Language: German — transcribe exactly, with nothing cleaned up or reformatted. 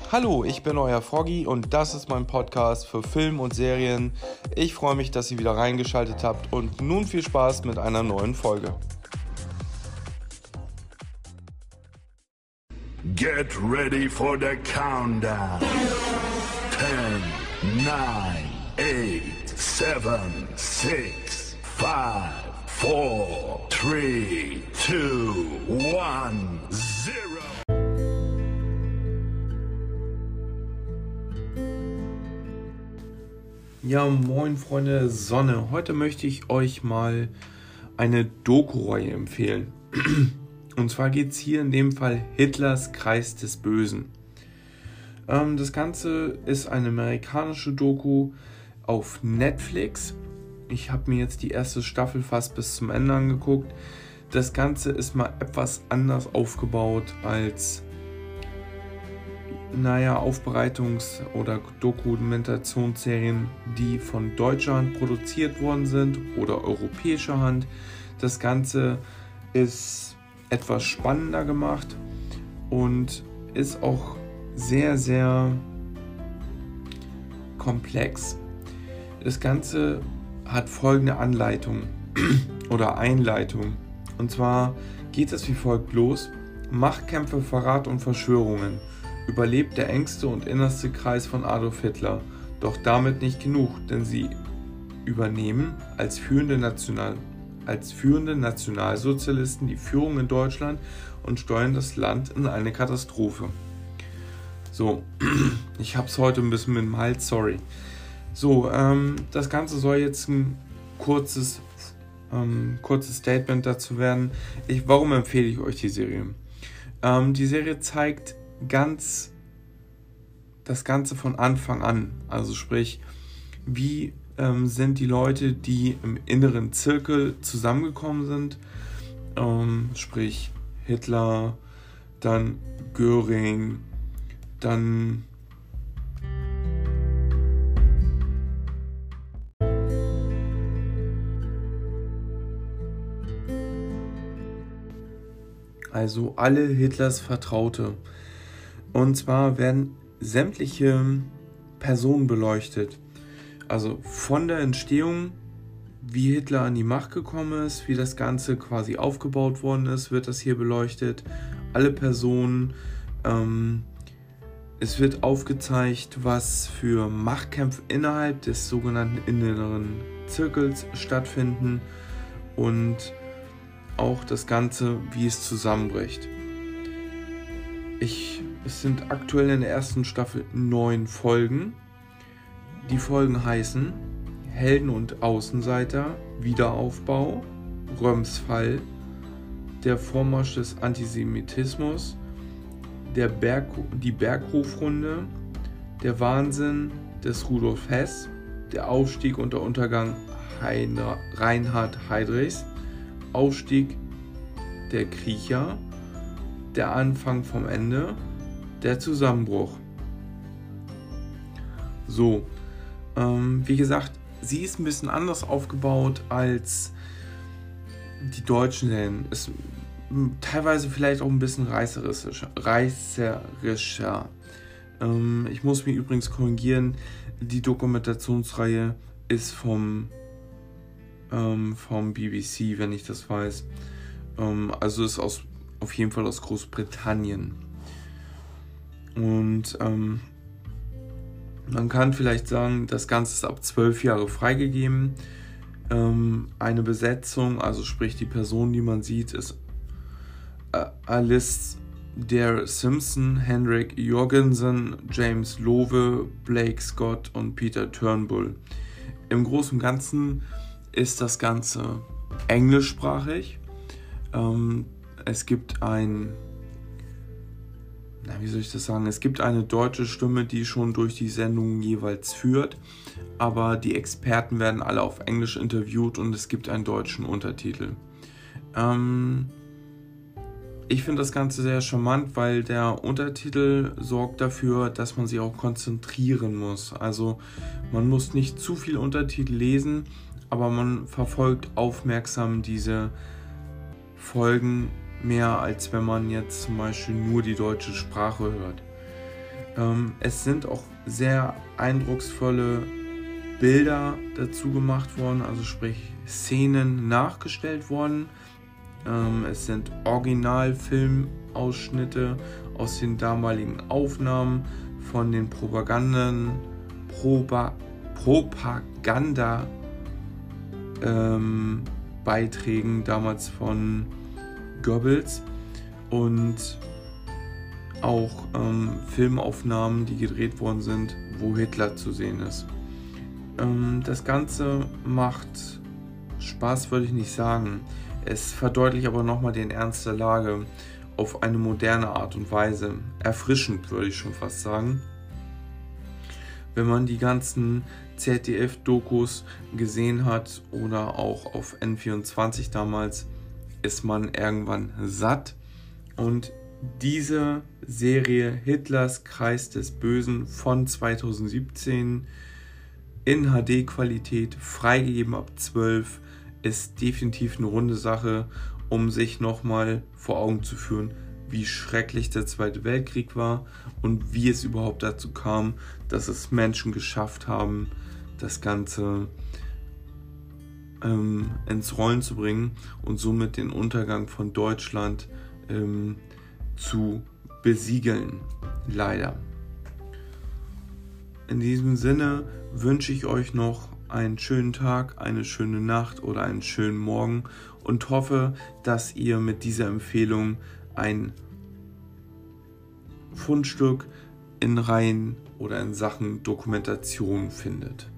Hallo, ich bin euer Froggy und das ist mein Podcast für Film und Serien. Ich freue mich, dass ihr wieder reingeschaltet habt und nun viel Spaß mit einer neuen Folge. Get ready for the countdown. ten, nine, eight, seven, six, five, four, three, two, one, zero. Ja, moin Freunde Sonne. Heute möchte ich euch mal eine Doku-Reihe empfehlen. Und zwar geht es hier in dem Fall Hitlers Kreis des Bösen. Ähm, das Ganze ist eine amerikanische Doku auf Netflix. Ich habe mir jetzt die erste Staffel fast bis zum Ende angeguckt. Das Ganze ist mal etwas anders aufgebaut als naja, Aufbereitungs- oder Dokumentationsserien, die von deutscher Hand produziert worden sind oder europäischer Hand. Das Ganze ist etwas spannender gemacht und ist auch sehr, sehr komplex. Das Ganze hat folgende Anleitung oder Einleitung. Und zwar geht es wie folgt los: Machtkämpfe, Verrat und Verschwörungen. Überlebt der engste und innerste Kreis von Adolf Hitler. Doch damit nicht genug, denn sie übernehmen als führende, National, als führende Nationalsozialisten die Führung in Deutschland und steuern das Land in eine Katastrophe. So, ich hab's heute ein bisschen mit dem Hals, sorry. So, ähm, das Ganze soll jetzt ein kurzes, ähm, kurzes Statement dazu werden. Ich, warum empfehle ich euch die Serie? Ähm, die Serie zeigt ganz das Ganze von Anfang an, also sprich, wie ähm, sind die Leute, die im inneren Zirkel zusammengekommen sind, ähm, sprich Hitler, dann Göring, dann also alle Hitlers Vertraute. Und zwar werden sämtliche Personen beleuchtet. Also von der Entstehung, wie Hitler an die Macht gekommen ist, wie das Ganze quasi aufgebaut worden ist, wird das hier beleuchtet. Alle Personen. Ähm, es wird aufgezeigt, was für Machtkämpfe innerhalb des sogenannten inneren Zirkels stattfinden und auch das Ganze, wie es zusammenbricht. Ich, es sind aktuell in der ersten Staffel neun Folgen. Die Folgen heißen Helden und Außenseiter, Wiederaufbau, Röms Fall, der Vormarsch des Antisemitismus, der Berg, die Berghofrunde, der Wahnsinn des Rudolf Hess, der Aufstieg und der Untergang Heiner, Reinhard Heydrichs, Aufstieg der Kriecher, der Anfang vom Ende, der Zusammenbruch. So, ähm, wie gesagt, sie ist ein bisschen anders aufgebaut als die deutschen Serien. Ist teilweise vielleicht auch ein bisschen reißerischer. reißerischer. Ähm, ich muss mich übrigens korrigieren, die Dokumentationsreihe ist vom, ähm, vom B B C, wenn ich das weiß. Ähm, also ist aus auf jeden Fall aus Großbritannien. Und ähm, man kann vielleicht sagen, das Ganze ist ab zwölf Jahre freigegeben. Ähm, eine Besetzung, also sprich die Person, die man sieht, ist äh, Alice der Simpson, Henrik Jorgensen, James Lowe, Blake Scott und Peter Turnbull. Im Großen und Ganzen ist das Ganze englischsprachig. Ähm, Es gibt ein, na, wie soll ich das sagen? Es gibt eine deutsche Stimme, die schon durch die Sendung jeweils führt, aber die Experten werden alle auf Englisch interviewt und es gibt einen deutschen Untertitel. Ähm, ich finde das Ganze sehr charmant, weil der Untertitel sorgt dafür, dass man sich auch konzentrieren muss. Also man muss nicht zu viel Untertitel lesen, aber man verfolgt aufmerksam diese Folgen mehr, als wenn man jetzt zum Beispiel nur die deutsche Sprache hört. Ähm, es sind auch sehr eindrucksvolle Bilder dazu gemacht worden, also sprich Szenen nachgestellt worden. Ähm, es sind Originalfilmausschnitte aus den damaligen Aufnahmen von den Propaganden, Proba, Propaganda ähm, Beiträgen damals von Goebbels und auch ähm, Filmaufnahmen, die gedreht worden sind, wo Hitler zu sehen ist. Ähm, das Ganze macht Spaß, würde ich nicht sagen. Es verdeutlicht aber nochmal den Ernst der Lage auf eine moderne Art und Weise. Erfrischend, würde ich schon fast sagen. Wenn man die ganzen Z D F-Dokus gesehen hat oder auch auf N vierundzwanzig damals, ist man irgendwann satt. Und diese Serie Hitlers Kreis des Bösen von zweitausendsiebzehn in H D-Qualität, freigegeben ab zwölf, ist definitiv eine runde Sache, um sich nochmal vor Augen zu führen, wie schrecklich der Zweite Weltkrieg war und wie es überhaupt dazu kam, dass es Menschen geschafft haben, das Ganze ähm, ins Rollen zu bringen und somit den Untergang von Deutschland ähm, zu besiegeln. Leider. In diesem Sinne wünsche ich euch noch einen schönen Tag, eine schöne Nacht oder einen schönen Morgen und hoffe, dass ihr mit dieser Empfehlung ein Fundstück in Reihen oder in Sachen Dokumentation findet.